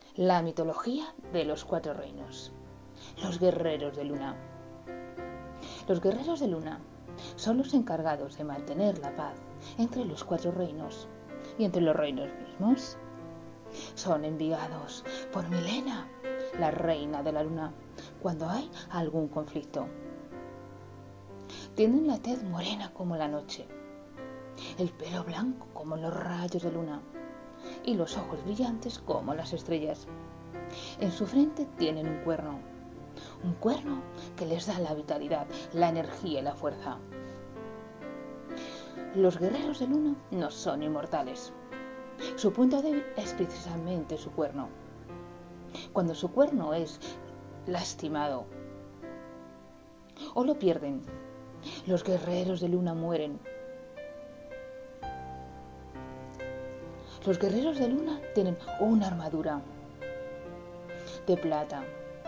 La mitología de los cuatro reinos. Los guerreros de luna. Los guerreros de luna son los encargados de mantener la paz entre los cuatro reinos y entre los reinos mismos. Son enviados por Milena, la reina de la luna, cuando hay algún conflicto. Tienen la tez morena como la noche, el pelo blanco como los rayos de luna y los ojos brillantes como las estrellas. En su frente tienen un cuerno que les da la vitalidad, la energía y la fuerza. Los guerreros de luna no son inmortales. Su punto débil es precisamente su cuerno. Cuando su cuerno es lastimado o lo pierden, los guerreros de luna mueren. Los guerreros de luna tienen una armadura de plata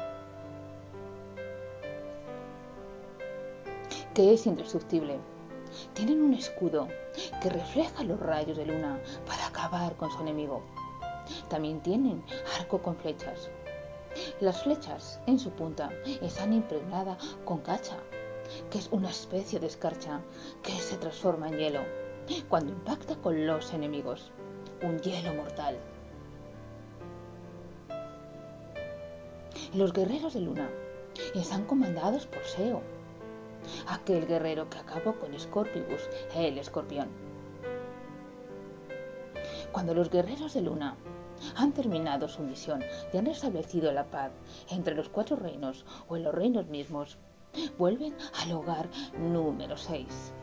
que es indestructible. Tienen un escudo que refleja los rayos de luna para acabar con su enemigo. También tienen arco con flechas. Las flechas en su punta están impregnadas con cacha, que es una especie de escarcha que se transforma en hielo cuando impacta con los enemigos. Un hielo mortal. Los guerreros de luna están comandados por Seo, aquel guerrero que acabó con Scorpius, el escorpión. Cuando los guerreros de luna han terminado su misión y han restablecido la paz entre los cuatro reinos o en los reinos mismos, vuelven al hogar número 6,